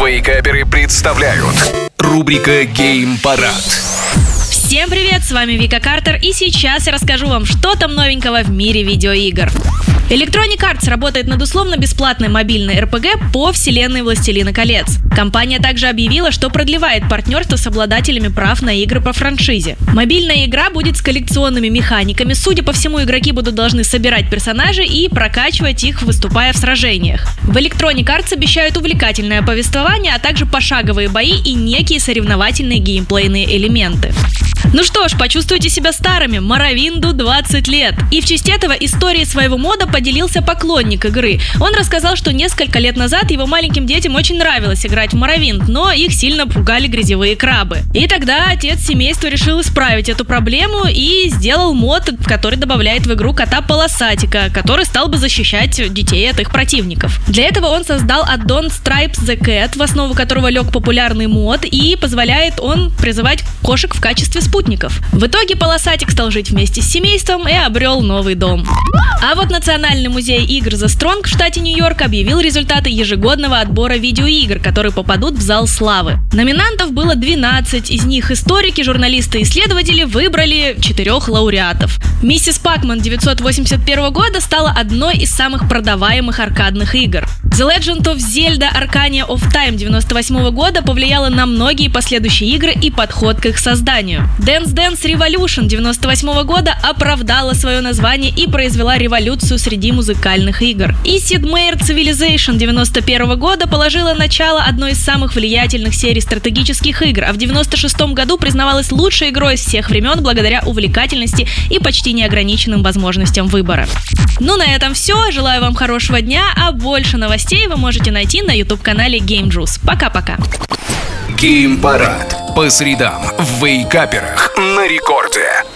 Вейкаперы представляют рубрика «Геймпарад». Всем привет, с вами Вика Картер, и сейчас я расскажу вам, что там новенького в мире видеоигр. Electronic Arts работает над условно-бесплатной мобильной РПГ по вселенной «Властелина колец». Компания также объявила, что продлевает партнерство с обладателями прав на игры по франшизе. Мобильная игра будет с коллекционными механиками. Судя по всему, игроки должны собирать персонажей и прокачивать их, выступая в сражениях. В Electronic Arts обещают увлекательное повествование, а также пошаговые бои и некие соревновательные геймплейные элементы. Ну что ж, почувствуйте себя старыми, Моровинду 20 лет. И в честь этого историей своего мода поделился поклонник игры. Он рассказал, что несколько лет назад его маленьким детям очень нравилось играть в Моровинд, но их сильно пугали грязевые крабы. И тогда отец семейства решил исправить эту проблему и сделал мод, который добавляет в игру кота-полосатика, который стал бы защищать детей от их противников. Для этого он создал аддон Stripes the Cat, в основу которого лег популярный мод, и позволяет он призывать кошек в качестве спутников. В итоге полосатик стал жить вместе с семейством и обрел новый дом. А вот Национальный музей игр The Strong в штате Нью-Йорк объявил результаты ежегодного отбора видеоигр, которые попадут в зал славы. Номинантов было 12, из них историки, журналисты и исследователи выбрали 4 лауреатов. Миссис Пакман 981 года стала одной из самых продаваемых аркадных игр. The Legend of Zelda Ocarina of Time 98 года повлияла на многие последующие игры и подход к их созданию. Dance Dance Revolution 98 года оправдала свое название и произвела революцию среди музыкальных игр. И Sid Meier Civilization 91 года положила начало одной из самых влиятельных серий стратегических игр, а в 96 году признавалась лучшей игрой из всех времен благодаря увлекательности и почти неограниченным возможностям выбора. Ну на этом все, желаю вам хорошего дня, а больше новостей вы можете найти на YouTube-канале Game Juice. Пока-пока. Геймпарад по средам в Вейкаперах на рекорде.